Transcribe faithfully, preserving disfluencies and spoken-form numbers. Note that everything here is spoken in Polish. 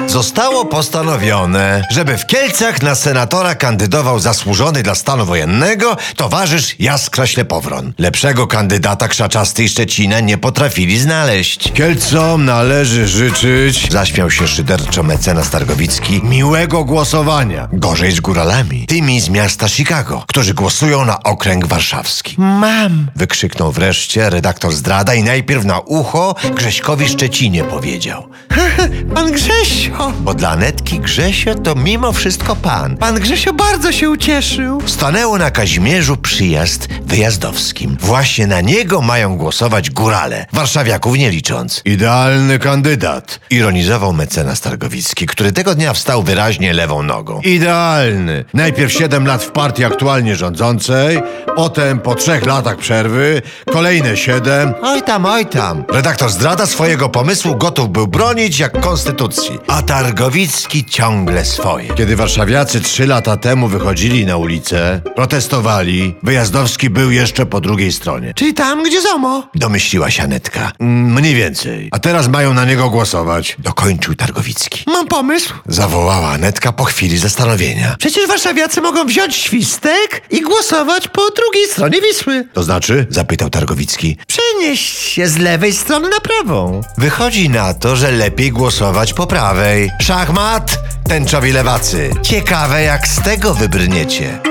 Zostało postanowione, żeby w Kielcach na senatora kandydował zasłużony dla stanu wojennego towarzysz Jaskra Ślepowron. Lepszego kandydata krzaczasty i Szczecina nie potrafili znaleźć. Kielcom należy życzyć, zaśmiał się szyderczo mecenas Targowicki, miłego głosowania. Gorzej z góralami, tymi z miasta Chicago, którzy głosują na okręg warszawski. Mam! Wykrzyknął wreszcie redaktor Zdrada i najpierw na ucho Grześkowi Szczecinie powiedział. Pan Grzesio! Bo dla Anetki Grzesio to mimo wszystko pan. Pan Grzesio bardzo się ucieszył. Stanęło na Kazimierzu przyjazd wyjazdowskim. Właśnie na niego mają głosować górale, warszawiaków nie licząc. Idealny kandydat, ironizował mecenas Targowicki, który tego dnia wstał wyraźnie lewą nogą. Idealny. Najpierw siedem lat w partii aktualnie rządzącej, potem po trzech latach przerwy, kolejne siedem. Oj tam, oj tam. Redaktor Zdrada swojego pomysłu gotów był bronić jak konstytucji, a Targowicki ciągle swoje. Kiedy warszawiacy trzy lata temu wychodzili na ulicę, protestowali, Wyjazdowski był jeszcze po drugiej stronie. Czyli tam, gdzie Zomo? Domyśliła się Anetka. Mm, mniej więcej. A teraz mają na niego głosować. Dokończył Targowicki. Mam pomysł, zawołała Anetka po chwili zastanowienia. Przecież warszawiacy mogą wziąć świstek i głosować po drugiej stronie Wisły. To znaczy? Zapytał Targowicki. Przenieść się z lewej strony na prawą. Wychodzi na to, że lepiej głosować po prawej. Szachmat, tęczowi lewacy. Ciekawe, jak z tego wybrniecie.